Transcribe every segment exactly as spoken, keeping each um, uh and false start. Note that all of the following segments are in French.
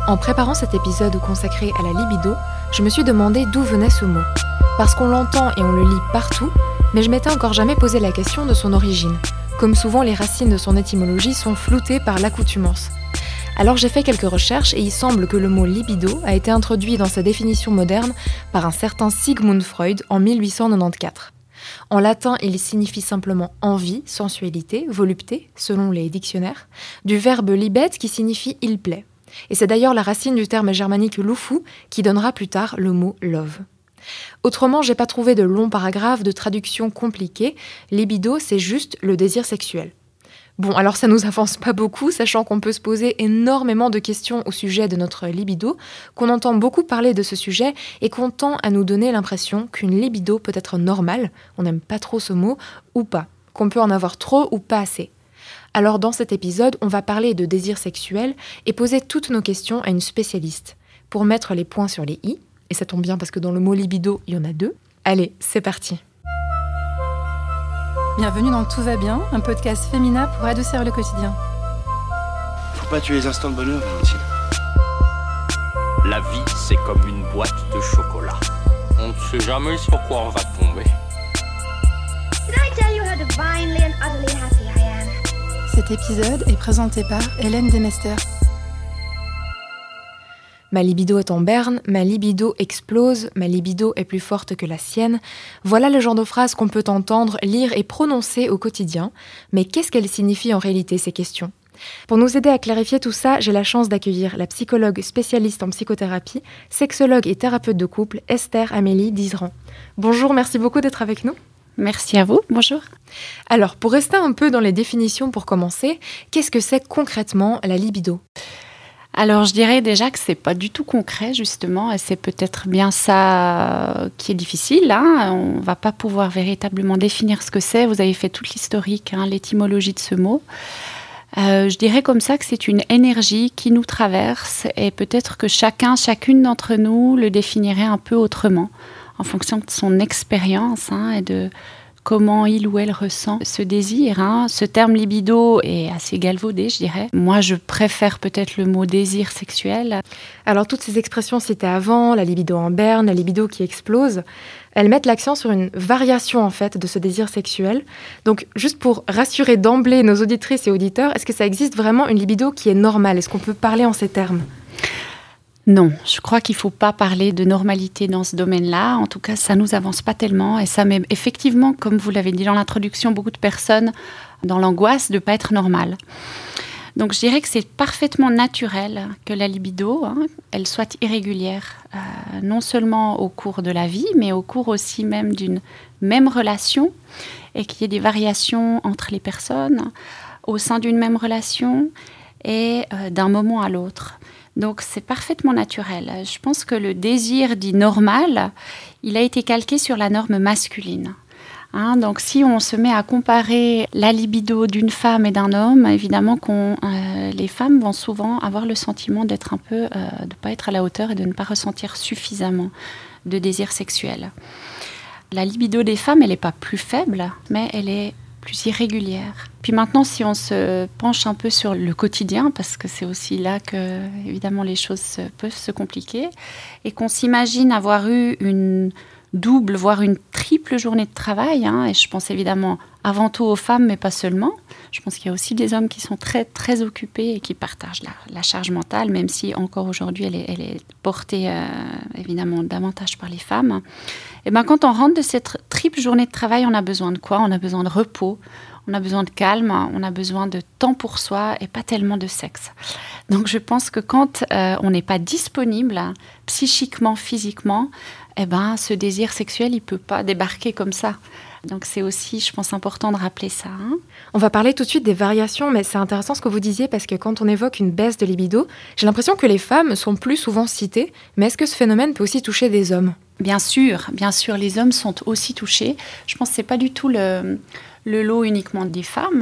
En préparant cet épisode consacré à la libido, je me suis demandé d'où venait ce mot. Parce qu'on l'entend et on le lit partout, mais je m'étais encore jamais posé la question de son origine. Comme souvent, les racines de son étymologie sont floutées par l'accoutumance. Alors j'ai fait quelques recherches et il semble que le mot libido a été introduit dans sa définition moderne par un certain Sigmund Freud en mille huit cent quatre-vingt-quatorze. En latin, il signifie simplement envie, sensualité, volupté, selon les dictionnaires, du verbe libet qui signifie il plaît. Et c'est d'ailleurs la racine du terme germanique lufu qui donnera plus tard le mot love. Autrement, j'ai pas trouvé de long paragraphe de traduction compliquée. Libido, c'est juste le désir sexuel. Bon, alors ça nous avance pas beaucoup, sachant qu'on peut se poser énormément de questions au sujet de notre libido, qu'on entend beaucoup parler de ce sujet et qu'on tend à nous donner l'impression qu'une libido peut être normale, on n'aime pas trop ce mot, ou pas, qu'on peut en avoir trop ou pas assez. Alors dans cet épisode, on va parler de désir sexuel et poser toutes nos questions à une spécialiste, pour mettre les points sur les i, et ça tombe bien parce que dans le mot libido, il y en a deux. Allez, c'est parti. Bienvenue dans Tout va bien, un podcast féminin pour adoucir le quotidien. Faut pas tuer les instants de bonheur, Valentine. La vie, c'est comme une boîte de chocolat. On ne sait jamais sur quoi on va tomber. Did I tell you how divinely and utterly happy I am? Cet épisode est présenté par Hélène Demester. Ma libido est en berne, ma libido explose, ma libido est plus forte que la sienne. Voilà le genre de phrases qu'on peut entendre, lire et prononcer au quotidien. Mais qu'est-ce qu'elles signifient en réalité, ces questions ? Pour nous aider à clarifier tout ça, j'ai la chance d'accueillir la psychologue spécialiste en psychothérapie, sexologue et thérapeute de couple, Esther Amélie Dizeran. Bonjour, merci beaucoup d'être avec nous. Merci à vous, bonjour. Alors, pour rester un peu dans les définitions pour commencer, qu'est-ce que c'est concrètement la libido ? Alors, je dirais déjà que c'est pas du tout concret, justement, et c'est peut-être bien ça qui est difficile. Hein. On va pas pouvoir véritablement définir ce que c'est. Vous avez fait toute l'historique, hein, l'étymologie de ce mot. Euh, je dirais comme ça que c'est une énergie qui nous traverse, et peut-être que chacun, chacune d'entre nous le définirait un peu autrement, en fonction de son expérience, hein, et de comment il ou elle ressent ce désir. Hein. Ce terme libido est assez galvaudé, je dirais. Moi, je préfère peut-être le mot désir sexuel. Alors, toutes ces expressions citées avant, la libido en berne, la libido qui explose, elles mettent l'accent sur une variation, en fait, de ce désir sexuel. Donc, juste pour rassurer d'emblée nos auditrices et auditeurs, est-ce que ça existe vraiment une libido qui est normale ? Est-ce qu'on peut parler en ces termes ? Non, je crois qu'il ne faut pas parler de normalité dans ce domaine-là. En tout cas, ça ne nous avance pas tellement. Et ça met effectivement, comme vous l'avez dit dans l'introduction, beaucoup de personnes dans l'angoisse de ne pas être normale. Donc, je dirais que c'est parfaitement naturel que la libido, hein, elle soit irrégulière, euh, non seulement au cours de la vie, mais au cours aussi même d'une même relation, et qu'il y ait des variations entre les personnes au sein d'une même relation et euh, d'un moment à l'autre. Donc, c'est parfaitement naturel. Je pense que le désir dit normal, il a été calqué sur la norme masculine. Hein, donc, si on se met à comparer la libido d'une femme et d'un homme, évidemment que euh, les femmes vont souvent avoir le sentiment d'être un peu, euh, de ne pas être à la hauteur et de ne pas ressentir suffisamment de désir sexuel. La libido des femmes, elle n'est pas plus faible, mais elle est plus irrégulière. Puis maintenant, si on se penche un peu sur le quotidien, parce que c'est aussi là que, évidemment, les choses peuvent se compliquer, et qu'on s'imagine avoir eu une double, voire une triple journée de travail, hein, et je pense évidemment avant tout aux femmes, mais pas seulement. Je pense qu'il y a aussi des hommes qui sont très, très occupés et qui partagent la, la charge mentale, même si encore aujourd'hui, elle est, elle est portée euh, évidemment davantage par les femmes. Et ben, quand on rentre de cette triple journée de travail, on a besoin de quoi ? On a besoin de repos, on a besoin de calme, on a besoin de temps pour soi et pas tellement de sexe. Donc je pense que quand euh, on n'est pas disponible psychiquement, physiquement, eh ben, ce désir sexuel, il ne peut pas débarquer comme ça. Donc c'est aussi, je pense, important de rappeler ça. Hein. On va parler tout de suite des variations, mais c'est intéressant ce que vous disiez, parce que quand on évoque une baisse de libido, j'ai l'impression que les femmes sont plus souvent citées, mais est-ce que ce phénomène peut aussi toucher des hommes ? Bien sûr, bien sûr, les hommes sont aussi touchés. Je pense que ce n'est pas du tout le, le lot uniquement des femmes.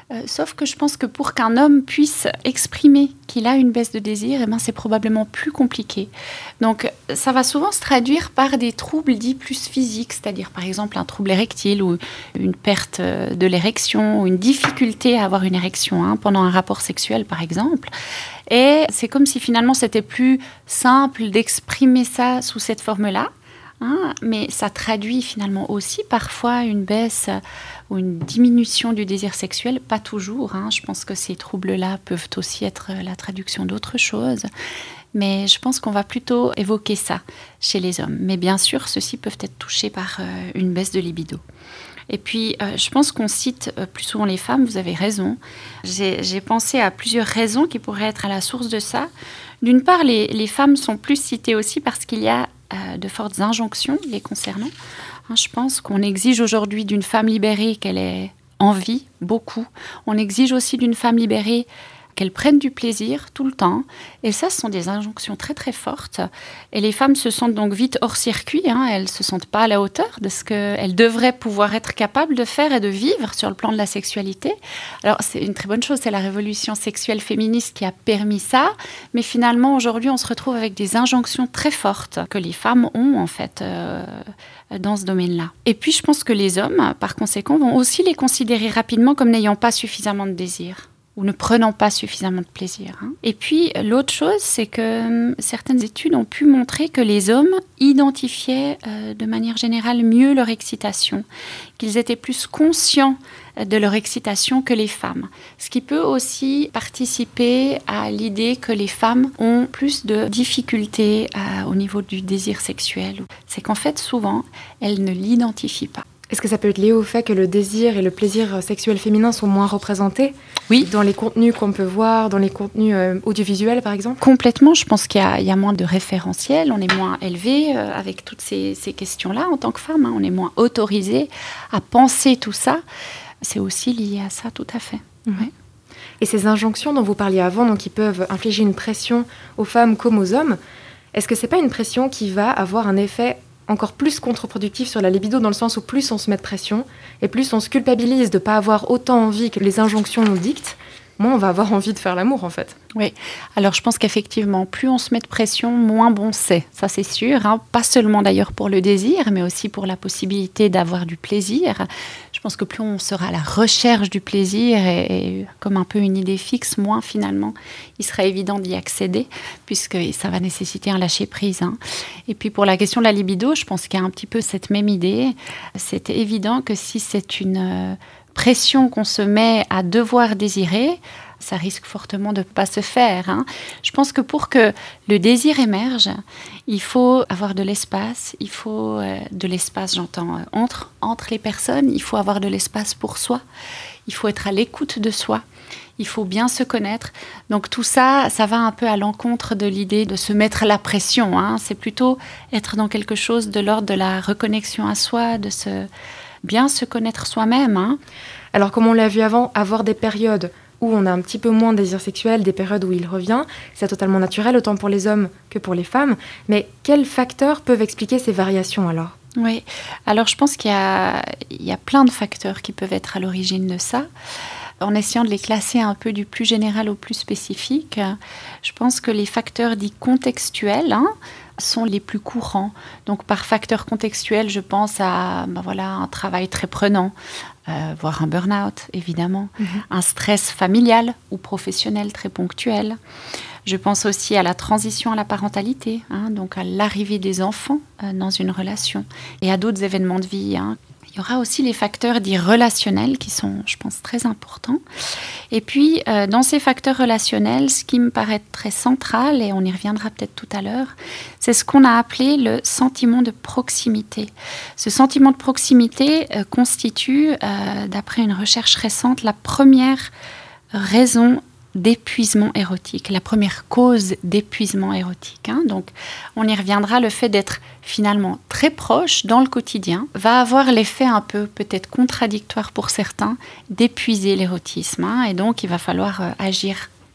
Euh, sauf que je pense que pour qu'un homme puisse exprimer qu'il a une baisse de désir, eh ben, c'est probablement plus compliqué. Donc, ça va souvent se traduire par des troubles dits plus physiques, c'est-à-dire par exemple un trouble érectile ou une perte de l'érection ou une difficulté à avoir une érection hein, pendant un rapport sexuel, par exemple. Et c'est comme si finalement c'était plus simple d'exprimer ça sous cette forme-là. Hein, mais ça traduit finalement aussi parfois une baisse ou une diminution du désir sexuel, pas toujours. Hein. Je pense que ces troubles-là peuvent aussi être la traduction d'autres choses. Mais je pense qu'on va plutôt évoquer ça chez les hommes. Mais bien sûr, ceux-ci peuvent être touchés par euh, une baisse de libido. Et puis, euh, je pense qu'on cite euh, plus souvent les femmes, vous avez raison. J'ai, j'ai pensé à plusieurs raisons qui pourraient être à la source de ça. D'une part, les, les femmes sont plus citées aussi parce qu'il y a euh, de fortes injonctions les concernant. Hein, je pense qu'on exige aujourd'hui d'une femme libérée qu'elle ait envie, beaucoup. On exige aussi d'une femme libérée qu'elles prennent du plaisir tout le temps. Et ça, ce sont des injonctions très, très fortes. Et les femmes se sentent donc vite hors circuit. Hein. Elles ne se sentent pas à la hauteur de ce qu'elles devraient pouvoir être capables de faire et de vivre sur le plan de la sexualité. Alors, c'est une très bonne chose. C'est la révolution sexuelle féministe qui a permis ça. Mais finalement, aujourd'hui, on se retrouve avec des injonctions très fortes que les femmes ont, en fait, euh, dans ce domaine-là. Et puis, je pense que les hommes, par conséquent, vont aussi les considérer rapidement comme n'ayant pas suffisamment de désir, ou ne prenant pas suffisamment de plaisir. Hein. Et puis, l'autre chose, c'est que euh, certaines études ont pu montrer que les hommes identifiaient euh, de manière générale mieux leur excitation, qu'ils étaient plus conscients de leur excitation que les femmes. Ce qui peut aussi participer à l'idée que les femmes ont plus de difficultés euh, au niveau du désir sexuel. C'est qu'en fait, souvent, elles ne l'identifient pas. Est-ce que ça peut être lié au fait que le désir et le plaisir sexuel féminin sont moins représentés ? Oui. Dans les contenus qu'on peut voir, dans les contenus euh, audiovisuels, par exemple ? Complètement. Je pense qu'il y a, il y a moins de référentiels. On est moins élevé euh, avec toutes ces, ces questions-là en tant que femme. Hein. On est moins autorisé à penser tout ça. C'est aussi lié à ça, tout à fait. Mmh. Ouais. Et ces injonctions dont vous parliez avant, donc qui peuvent infliger une pression aux femmes comme aux hommes, est-ce que c'est pas une pression qui va avoir un effet encore plus contre-productif sur la libido, dans le sens où plus on se met de pression et plus on se culpabilise de ne pas avoir autant envie que les injonctions nous dictent, moins on va avoir envie de faire l'amour, en fait. Oui, alors je pense qu'effectivement, plus on se met de pression, moins bon c'est. Ça, c'est sûr. Hein. Pas seulement d'ailleurs pour le désir, mais aussi pour la possibilité d'avoir du plaisir. Je pense que plus on sera à la recherche du plaisir et, et comme un peu une idée fixe, moins finalement, il sera évident d'y accéder, puisque ça va nécessiter un lâcher-prise. Hein. Et puis pour la question de la libido, je pense qu'il y a un petit peu cette même idée. C'est évident que si c'est une euh, pression qu'on se met à devoir désirer, ça risque fortement de ne pas se faire. Hein. Je pense que pour que le désir émerge, il faut avoir de l'espace, il faut euh, de l'espace, j'entends, euh, entre, entre les personnes, il faut avoir de l'espace pour soi, il faut être à l'écoute de soi, il faut bien se connaître. Donc tout ça, ça va un peu à l'encontre de l'idée de se mettre la pression. Hein. C'est plutôt être dans quelque chose de l'ordre de la reconnexion à soi, de se, bien se connaître soi-même. Hein. Alors comme on l'a vu avant, avoir des périodes où on a un petit peu moins de désir sexuel, des périodes où il revient, c'est totalement naturel, autant pour les hommes que pour les femmes. Mais quels facteurs peuvent expliquer ces variations alors ? Oui, alors je pense qu'il y a, il y a plein de facteurs qui peuvent être à l'origine de ça. En essayant de les classer un peu du plus général au plus spécifique, je pense que les facteurs dits contextuels hein, sont les plus courants. Donc par facteur contextuel, je pense à ben voilà, un travail très prenant, euh, voire un burn-out évidemment, mmh. un stress familial ou professionnel très ponctuel. Je pense aussi à la transition à la parentalité, hein, donc à l'arrivée des enfants euh, dans une relation et à d'autres événements de vie. Hein. Il y aura aussi les facteurs dits relationnels qui sont, je pense, très importants. Et puis, euh, dans ces facteurs relationnels, ce qui me paraît très central, et on y reviendra peut-être tout à l'heure, c'est ce qu'on a appelé le sentiment de proximité. Ce sentiment de proximité euh, constitue, euh, d'après une recherche récente, la première raison d'épuisement érotique, la première cause d'épuisement érotique. Hein. Donc, on y reviendra, le fait d'être finalement très proche dans le quotidien va avoir l'effet un peu peut-être contradictoire pour certains d'épuiser l'érotisme. Hein. Et donc, il va falloir euh, agir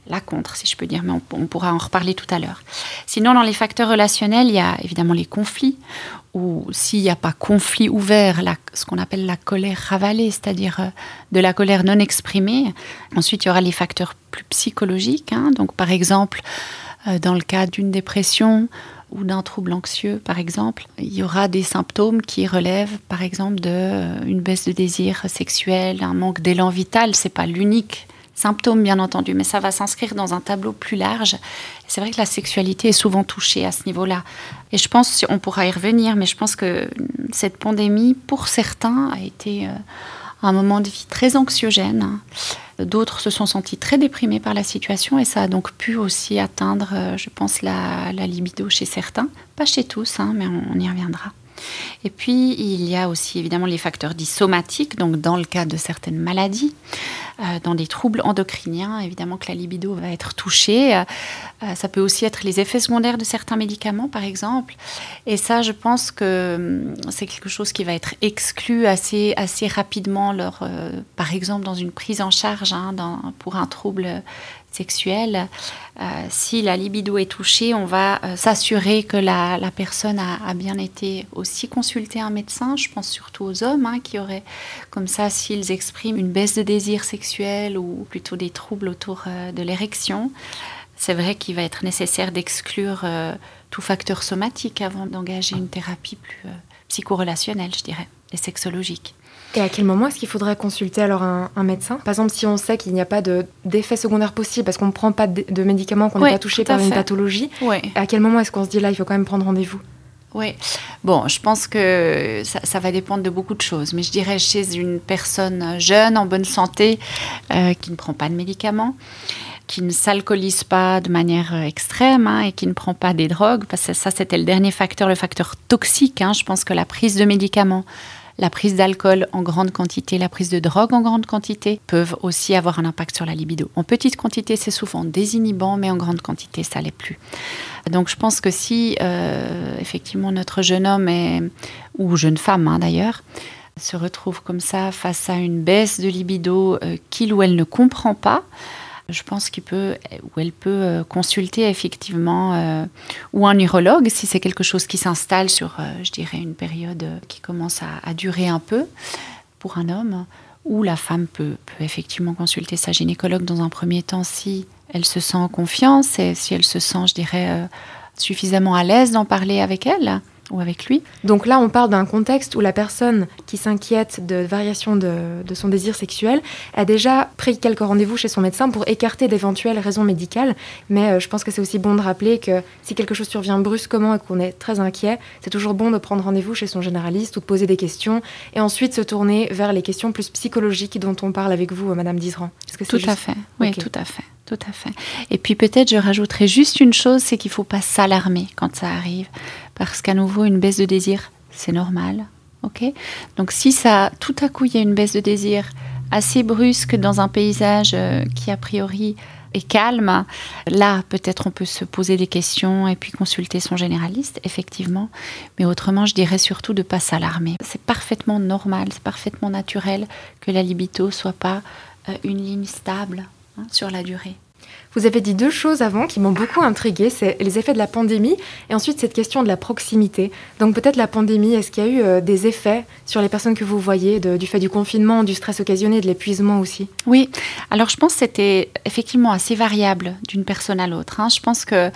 la contre, si je peux dire, mais on, on pourra en reparler tout à l'heure. Sinon, dans les facteurs relationnels, il y a évidemment les conflits, ou s'il n'y a pas conflit ouvert, la, ce qu'on appelle la colère ravalée, c'est-à-dire euh, de la colère non exprimée. Ensuite, il y aura les facteurs plus psychologiques, hein, donc par exemple, euh, dans le cas d'une dépression ou d'un trouble anxieux, par exemple, il y aura des symptômes qui relèvent, par exemple, d'une euh, baisse de désir sexuel, un manque d'élan vital. Ce n'est pas l'unique symptôme, bien entendu, mais ça va s'inscrire dans un tableau plus large. C'est vrai que la sexualité est souvent touchée à ce niveau-là. Et je pense, on pourra y revenir, mais je pense que cette pandémie, pour certains, a été euh, un moment de vie très anxiogène. D'autres se sont sentis très déprimés par la situation et ça a donc pu aussi atteindre, euh, je pense, la, la libido chez certains. Pas chez tous, hein, mais on, on y reviendra. Et puis, il y a aussi évidemment les facteurs dits somatiques, donc dans le cas de certaines maladies, euh, dans des troubles endocriniens, évidemment que la libido va être touchée. Euh, ça peut aussi être les effets secondaires de certains médicaments, par exemple. Et ça, je pense que hum, c'est quelque chose qui va être exclu assez, assez rapidement, lors, euh, par exemple, dans une prise en charge hein, dans, pour un trouble sexuelle. Euh, si la libido est touchée, on va euh, s'assurer que la, la personne a, a bien été aussi consulter un médecin. Je pense surtout aux hommes hein, qui auraient, comme ça, s'ils expriment une baisse de désir sexuel ou plutôt des troubles autour euh, de l'érection, c'est vrai qu'il va être nécessaire d'exclure euh, tout facteur somatique avant d'engager une thérapie plus euh, psychorelationnelle, je dirais, et sexologique. Et à quel moment est-ce qu'il faudrait consulter alors un, un médecin ? Par exemple, si on sait qu'il n'y a pas de, d'effet secondaire possible parce qu'on ne prend pas de, de médicaments, qu'on n'est oui, pas touché par une pathologie, oui. À quel moment est-ce qu'on se dit là, il faut quand même prendre rendez-vous ? Oui, bon, je pense que ça, ça va dépendre de beaucoup de choses, mais je dirais chez une personne jeune, en bonne santé, euh, qui ne prend pas de médicaments, qui ne s'alcoolise pas de manière extrême hein, et qui ne prend pas des drogues, parce que ça, c'était le dernier facteur, le facteur toxique. Hein, je pense que la prise de médicaments, la prise d'alcool en grande quantité, la prise de drogue en grande quantité peuvent aussi avoir un impact sur la libido. En petite quantité, c'est souvent désinhibant, mais en grande quantité, ça ne l'est plus. Donc, je pense que si, euh, effectivement, notre jeune homme, est, ou jeune femme hein, d'ailleurs, se retrouve comme ça face à une baisse de libido euh, qu'il ou elle ne comprend pas, je pense qu'il peut ou elle peut consulter effectivement euh, ou un urologue si c'est quelque chose qui s'installe sur, euh, je dirais, une période qui commence à, à durer un peu pour un homme, ou la femme peut, peut effectivement consulter sa gynécologue dans un premier temps si elle se sent en confiance et si elle se sent, je dirais, euh, suffisamment à l'aise d'en parler avec elle ou avec lui. Donc là, on parle d'un contexte où la personne qui s'inquiète de variation de, de son désir sexuel a déjà pris quelques rendez-vous chez son médecin pour écarter d'éventuelles raisons médicales. Mais euh, je pense que c'est aussi bon de rappeler que si quelque chose survient brusquement et qu'on est très inquiet, c'est toujours bon de prendre rendez-vous chez son généraliste ou de poser des questions et ensuite se tourner vers les questions plus psychologiques dont on parle avec vous, Madame Dizran. Est-ce que c'est tout juste... à fait, oui, okay. tout à fait. Tout à fait. Et puis peut-être je rajouterais juste une chose, c'est qu'il ne faut pas s'alarmer quand ça arrive. Parce qu'à nouveau, une baisse de désir, c'est normal. Okay ? Donc si ça, tout à coup, il y a une baisse de désir assez brusque dans un paysage euh, qui a priori est calme, là peut-être on peut se poser des questions et puis consulter son généraliste, effectivement. Mais autrement, je dirais surtout de ne pas s'alarmer. C'est parfaitement normal, c'est parfaitement naturel que la libido ne soit pas euh, une ligne stable sur la durée. Vous avez dit deux choses avant qui m'ont beaucoup intriguée, c'est les effets de la pandémie et ensuite cette question de la proximité. Donc peut-être la pandémie, est-ce qu'il y a eu euh, des effets sur les personnes que vous voyez, de, du fait du confinement, du stress occasionné, de l'épuisement aussi ? Oui, alors je pense que c'était effectivement assez variable d'une personne à l'autre. Hein. Je pense que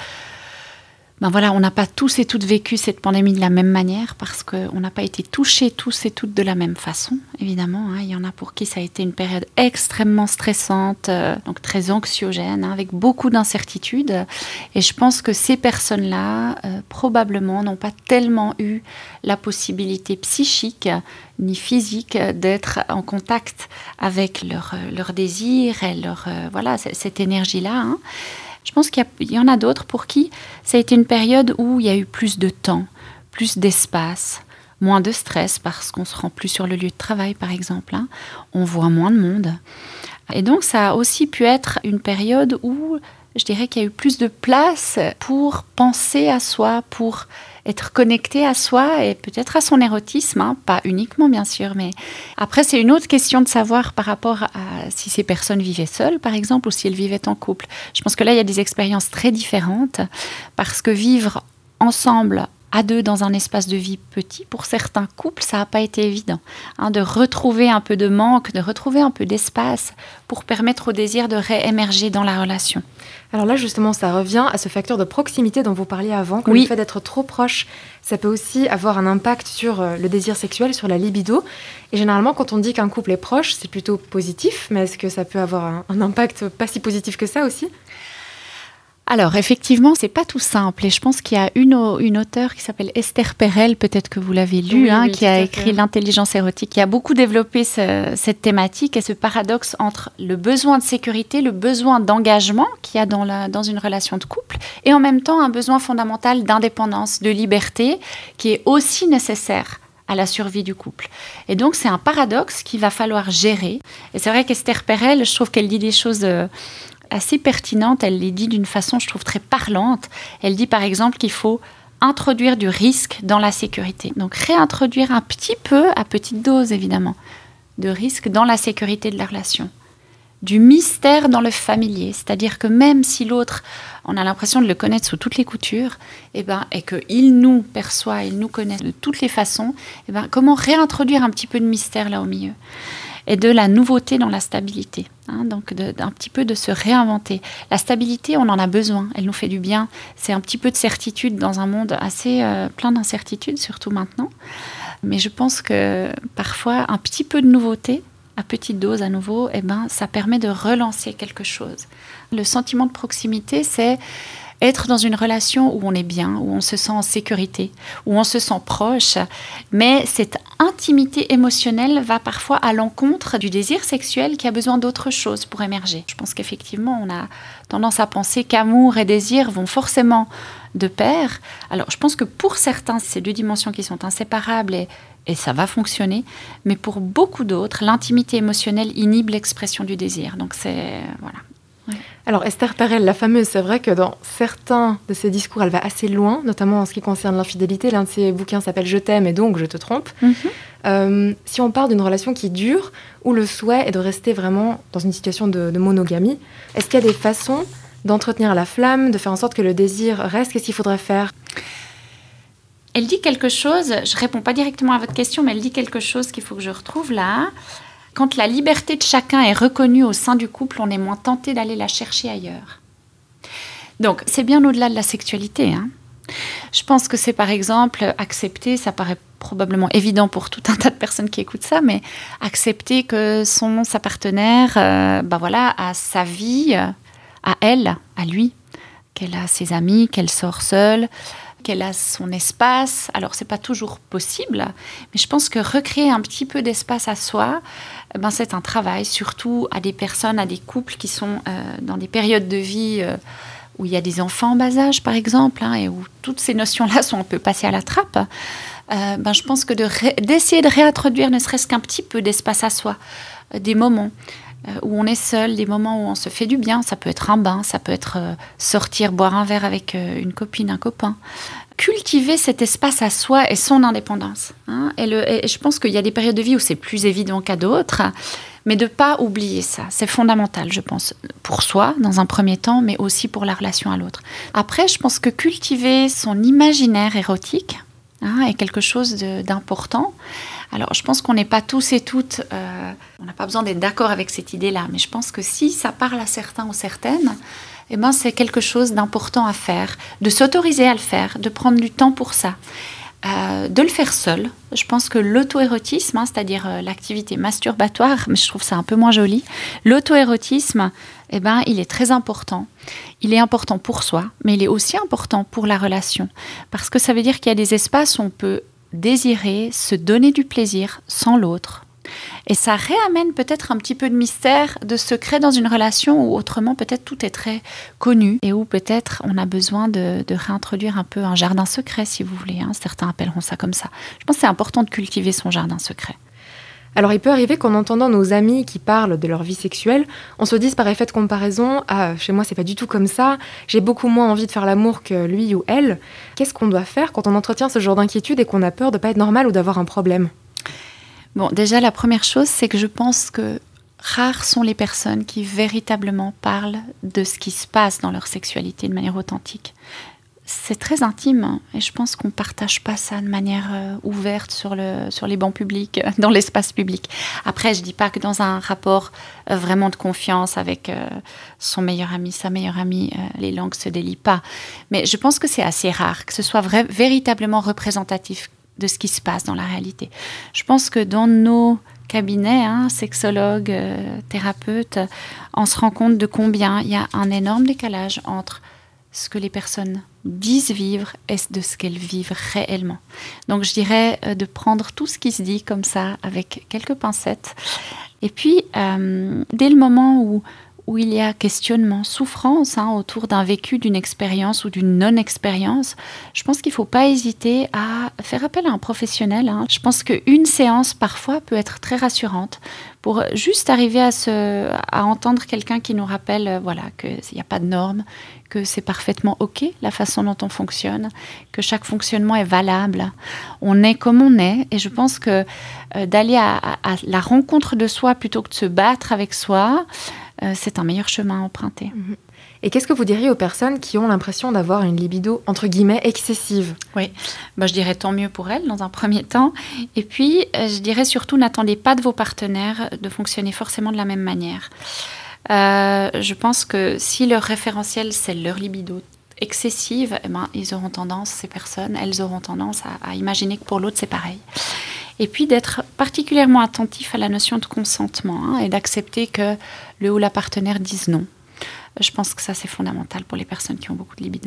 ben voilà, on n'a pas tous et toutes vécu cette pandémie de la même manière parce qu'on n'a pas été touchés tous et toutes de la même façon, évidemment. Hein. Il y en a pour qui ça a été une période extrêmement stressante, euh, donc très anxiogène, hein, avec beaucoup d'incertitudes. Et je pense que ces personnes-là, euh, probablement, n'ont pas tellement eu la possibilité psychique ni physique d'être en contact avec leur, leur désir et leur, euh, voilà, cette énergie-là, hein. Je pense qu'il y, a, il y en a d'autres pour qui ça a été une période où il y a eu plus de temps, plus d'espace, moins de stress parce qu'on se rend plus sur le lieu de travail, par exemple. Hein. On voit moins de monde. Et donc, ça a aussi pu être une période où je dirais qu'il y a eu plus de place pour penser à soi, pour être connecté à soi et peut-être à son érotisme, hein, pas uniquement bien sûr, mais après c'est une autre question de savoir par rapport à si ces personnes vivaient seules par exemple ou si elles vivaient en couple. Je pense que là il y a des expériences très différentes parce que vivre ensemble à deux dans un espace de vie petit, pour certains couples, ça n'a pas été évident. Hein, de retrouver un peu de manque, de retrouver un peu d'espace pour permettre au désir de réémerger dans la relation. Alors là, justement, ça revient à ce facteur de proximité dont vous parliez avant, que oui. Le fait d'être trop proche, ça peut aussi avoir un impact sur le désir sexuel, sur la libido. Et généralement, quand on dit qu'un couple est proche, c'est plutôt positif, mais est-ce que ça peut avoir un, un impact pas si positif que ça aussi ? Alors, effectivement, c'est pas tout simple. Et je pense qu'il y a une, une auteure qui s'appelle Esther Perel, peut-être que vous l'avez lu, oui, hein, oui, qui a écrit L'intelligence érotique, qui a beaucoup développé ce, cette thématique et ce paradoxe entre le besoin de sécurité, le besoin d'engagement qu'il y a dans, la, dans une relation de couple, et en même temps un besoin fondamental d'indépendance, de liberté, qui est aussi nécessaire à la survie du couple. Et donc, c'est un paradoxe qu'il va falloir gérer. Et c'est vrai qu'Esther Perel, je trouve qu'elle dit des choses Euh, assez pertinente, elle les dit d'une façon, je trouve, très parlante. Elle dit par exemple qu'il faut introduire du risque dans la sécurité. Donc réintroduire un petit peu, à petite dose évidemment, de risque dans la sécurité de la relation. Du mystère dans le familier, c'est-à-dire que même si l'autre, on a l'impression de le connaître sous toutes les coutures, et, ben, et qu'il nous perçoit, il nous connaît de toutes les façons, et ben, comment réintroduire un petit peu de mystère là au milieu ? Et de la nouveauté dans la stabilité, hein, donc de, d'un petit peu de se réinventer. La stabilité, on en a besoin, elle nous fait du bien. C'est un petit peu de certitude dans un monde assez euh, plein d'incertitudes, surtout maintenant. Mais je pense que parfois, un petit peu de nouveauté, à petite dose à nouveau, eh ben, ça permet de relancer quelque chose. Le sentiment de proximité, c'est être dans une relation où on est bien, où on se sent en sécurité, où on se sent proche, mais cette intimité émotionnelle va parfois à l'encontre du désir sexuel qui a besoin d'autre chose pour émerger. Je pense qu'effectivement, on a tendance à penser qu'amour et désir vont forcément de pair. Alors, je pense que pour certains, c'est deux dimensions qui sont inséparables et, et ça va fonctionner, mais pour beaucoup d'autres, l'intimité émotionnelle inhibe l'expression du désir. Donc, c'est... voilà. Ouais. Alors Esther Perel, la fameuse, c'est vrai que dans certains de ses discours, elle va assez loin, notamment en ce qui concerne l'infidélité. L'un de ses bouquins s'appelle « Je t'aime et donc je te trompe mm-hmm. ». Euh, si on parle d'une relation qui dure, où le souhait est de rester vraiment dans une situation de, de monogamie, est-ce qu'il y a des façons d'entretenir la flamme, de faire en sorte que le désir reste ? Qu'est-ce qu'il faudrait faire ? Elle dit quelque chose, je ne réponds pas directement à votre question, mais elle dit quelque chose qu'il faut que je retrouve là. Quand la liberté de chacun est reconnue au sein du couple, on est moins tenté d'aller la chercher ailleurs. Donc, c'est bien au-delà de la sexualité. Hein. Je pense que c'est, par exemple, accepter, ça paraît probablement évident pour tout un tas de personnes qui écoutent ça, mais accepter que son, sa partenaire, euh, ben voilà, a sa vie, à elle, à lui, qu'elle a ses amis, qu'elle sort seule, qu'elle a son espace. Alors, c'est pas toujours possible, mais je pense que recréer un petit peu d'espace à soi, ben, c'est un travail, surtout à des personnes, à des couples qui sont euh, dans des périodes de vie euh, où il y a des enfants en bas âge, par exemple, hein, et où toutes ces notions-là sont un peu passées à la trappe. Euh, ben, je pense que de ré- d'essayer de réintroduire ne serait-ce qu'un petit peu d'espace à soi, euh, des moments euh, où on est seul, des moments où on se fait du bien. Ça peut être un bain, ça peut être euh, sortir, boire un verre avec euh, une copine, un copain. Cultiver cet espace à soi et son indépendance. Hein, et, le, et je pense qu'il y a des périodes de vie où c'est plus évident qu'à d'autres, mais de ne pas oublier ça. C'est fondamental, je pense, pour soi, dans un premier temps, mais aussi pour la relation à l'autre. Après, je pense que cultiver son imaginaire érotique hein, est quelque chose de, d'important. Alors, je pense qu'on n'est pas tous et toutes... Euh, on n'a pas besoin d'être d'accord avec cette idée-là, mais je pense que si ça parle à certains ou certaines... Eh ben, c'est quelque chose d'important à faire, de s'autoriser à le faire, de prendre du temps pour ça, euh, de le faire seul. Je pense que l'auto-érotisme, hein, c'est-à-dire euh, l'activité masturbatoire, mais je trouve ça un peu moins joli, l'auto-érotisme, eh ben, il est très important. Il est important pour soi, mais il est aussi important pour la relation, parce que ça veut dire qu'il y a des espaces où on peut désirer, se donner du plaisir sans l'autre. Et ça réamène peut-être un petit peu de mystère, de secret dans une relation où autrement peut-être tout est très connu et où peut-être on a besoin de, de réintroduire un peu un jardin secret si vous voulez. Hein. Certains appelleront ça comme ça. Je pense que c'est important de cultiver son jardin secret. Alors il peut arriver qu'en entendant nos amis qui parlent de leur vie sexuelle, on se dise par effet de comparaison « Ah, chez moi c'est pas du tout comme ça, j'ai beaucoup moins envie de faire l'amour que lui ou elle ». Qu'est-ce qu'on doit faire quand on entretient ce genre d'inquiétude et qu'on a peur de pas être normal ou d'avoir un problème ? Bon, déjà la première chose, c'est que je pense que rares sont les personnes qui véritablement parlent de ce qui se passe dans leur sexualité de manière authentique. C'est très intime hein, et je pense qu'on ne partage pas ça de manière euh, ouverte sur, le, sur les bancs publics, dans l'espace public. Après, je ne dis pas que dans un rapport euh, vraiment de confiance avec euh, son meilleur ami, sa meilleure amie, euh, les langues ne se délient pas. Mais je pense que c'est assez rare, que ce soit vrai, véritablement représentatif de ce qui se passe dans la réalité. Je pense que dans nos cabinets, hein, sexologues, euh, thérapeutes, on se rend compte de combien il y a un énorme décalage entre ce que les personnes disent vivre et de ce qu'elles vivent réellement. Donc je dirais euh, de prendre tout ce qui se dit comme ça avec quelques pincettes. Et puis, euh, dès le moment où, où il y a questionnement, souffrance hein, autour d'un vécu, d'une expérience ou d'une non-expérience, je pense qu'il ne faut pas hésiter à faire appel à un professionnel. Hein. Je pense qu'une séance, parfois, peut être très rassurante pour juste arriver à, se, à entendre quelqu'un qui nous rappelle euh, voilà, qu'il n'y a pas de normes, que c'est parfaitement OK, la façon dont on fonctionne, que chaque fonctionnement est valable. On est comme on est. Et je pense que euh, d'aller à, à, à la rencontre de soi plutôt que de se battre avec soi, euh, c'est un meilleur chemin à emprunter. Et qu'est-ce que vous diriez aux personnes qui ont l'impression d'avoir une libido, entre guillemets, excessive ? Oui, bah, je dirais tant mieux pour elles, dans un premier temps. Et puis, euh, je dirais surtout, n'attendez pas de vos partenaires de fonctionner forcément de la même manière. Euh, je pense que si leur référentiel, c'est leur libido excessive, eh ben, ils auront tendance, ces personnes, elles auront tendance à, à imaginer que pour l'autre, c'est pareil. Et puis d'être particulièrement attentif à la notion de consentement hein, et d'accepter que le ou la partenaire dise non. Je pense que ça, c'est fondamental pour les personnes qui ont beaucoup de libido.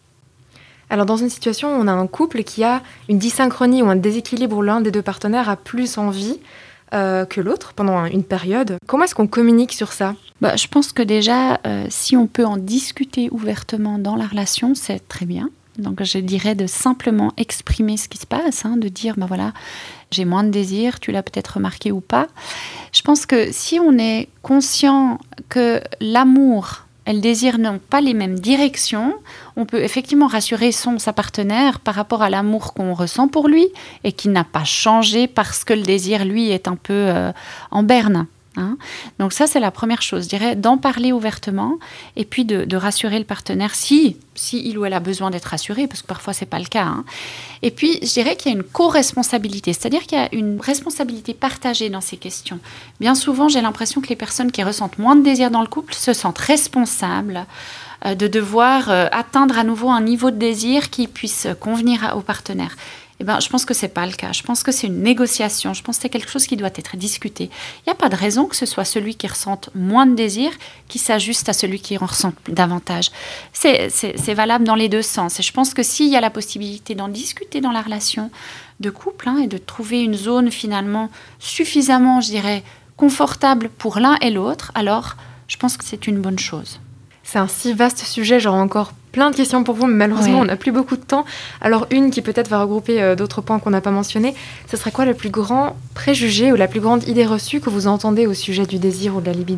Alors, dans une situation où on a un couple qui a une dysynchronie ou un déséquilibre où l'un des deux partenaires a plus envie euh, que l'autre pendant une période, comment est-ce qu'on communique sur ça ? Bah, je pense que déjà, euh, si on peut en discuter ouvertement dans la relation, c'est très bien. Donc, je dirais de simplement exprimer ce qui se passe, hein, de dire, bah voilà, j'ai moins de désir, tu l'as peut-être remarqué ou pas. Je pense que si on est conscient que l'amour et le désir n'ont pas les mêmes directions, on peut effectivement rassurer son sa partenaire par rapport à l'amour qu'on ressent pour lui et qui n'a pas changé parce que le désir, lui, est un peu euh, en berne. Hein. Donc ça, c'est la première chose, je dirais, d'en parler ouvertement et puis de, de rassurer le partenaire si, si il ou elle a besoin d'être rassuré, parce que parfois, ce n'est pas le cas. Hein. Et puis, je dirais qu'il y a une co-responsabilité, c'est-à-dire qu'il y a une responsabilité partagée dans ces questions. Bien souvent, j'ai l'impression que les personnes qui ressentent moins de désir dans le couple se sentent responsables euh, de devoir euh, atteindre à nouveau un niveau de désir qui puisse convenir à, au partenaire. Eh ben, je pense que ce n'est pas le cas. Je pense que c'est une négociation. Je pense que c'est quelque chose qui doit être discuté. Il n'y a pas de raison que ce soit celui qui ressente moins de désir qui s'ajuste à celui qui en ressent davantage. C'est, c'est, c'est valable dans les deux sens. Et je pense que s'il y a la possibilité d'en discuter dans la relation de couple hein, et de trouver une zone finalement suffisamment, je dirais, confortable pour l'un et l'autre, alors je pense que c'est une bonne chose. C'est un si vaste sujet, j'aurais encore plein de questions pour vous, mais malheureusement, ouais. on n'a plus beaucoup de temps. Alors, une qui peut-être va regrouper euh, d'autres points qu'on n'a pas mentionnés, ce serait quoi le plus grand préjugé ou la plus grande idée reçue que vous entendez au sujet du désir ou de la libido ?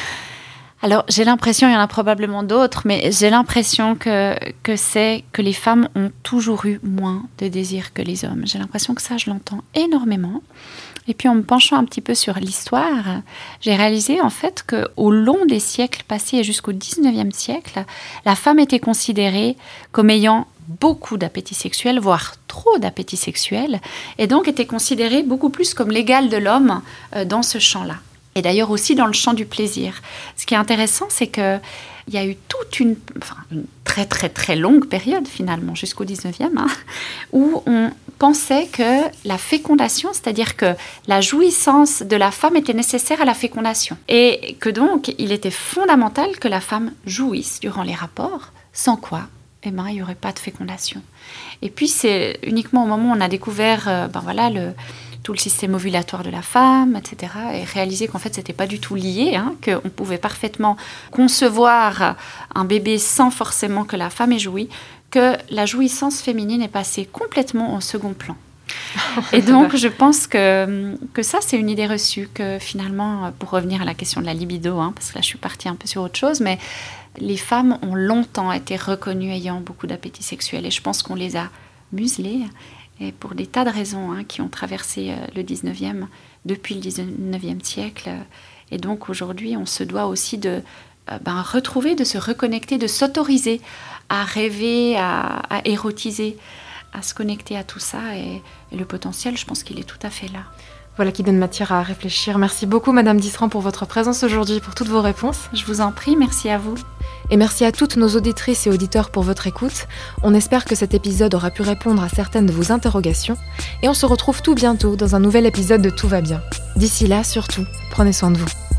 Alors, j'ai l'impression, il y en a probablement d'autres, mais j'ai l'impression que, que c'est que les femmes ont toujours eu moins de désir que les hommes. J'ai l'impression que ça, je l'entends énormément. Et puis, en me penchant un petit peu sur l'histoire, j'ai réalisé en fait qu'au long des siècles passés et jusqu'au dix-neuvième siècle, la femme était considérée comme ayant beaucoup d'appétit sexuel, voire trop d'appétit sexuel, et donc était considérée beaucoup plus comme l'égale de l'homme euh, dans ce champ-là. Et d'ailleurs aussi dans le champ du plaisir. Ce qui est intéressant, c'est qu'il y a eu toute une, enfin, une très très très longue période finalement, jusqu'au dix-neuvième, hein, où on pensait que la fécondation, c'est-à-dire que la jouissance de la femme était nécessaire à la fécondation. Et que donc, il était fondamental que la femme jouisse durant les rapports, sans quoi eh ben, il n'y aurait pas de fécondation. Et puis, c'est uniquement au moment où on a découvert euh, ben voilà, le... tout le système ovulatoire de la femme, et cetera, et réaliser qu'en fait, ce n'était pas du tout lié, hein, qu'on pouvait parfaitement concevoir un bébé sans forcément que la femme ait joui, que la jouissance féminine est passée complètement au second plan. Et donc, je pense que, que ça, c'est une idée reçue, que finalement, pour revenir à la question de la libido, hein, parce que là, je suis partie un peu sur autre chose, mais les femmes ont longtemps été reconnues ayant beaucoup d'appétit sexuel. Et je pense qu'on les a muselées, et pour des tas de raisons hein, qui ont traversé le dix-neuvième, depuis le dix-neuvième siècle. Et donc, aujourd'hui, on se doit aussi de euh, ben, retrouver, de se reconnecter, de s'autoriser à rêver, à, à érotiser, à se connecter à tout ça. Et, et le potentiel, je pense qu'il est tout à fait là. Voilà qui donne matière à réfléchir. Merci beaucoup, Madame Disserand, pour votre présence aujourd'hui, pour toutes vos réponses. Je vous en prie, merci à vous. Et merci à toutes nos auditrices et auditeurs pour votre écoute. On espère que cet épisode aura pu répondre à certaines de vos interrogations. Et on se retrouve tout bientôt dans un nouvel épisode de Tout va bien. D'ici là, surtout, prenez soin de vous.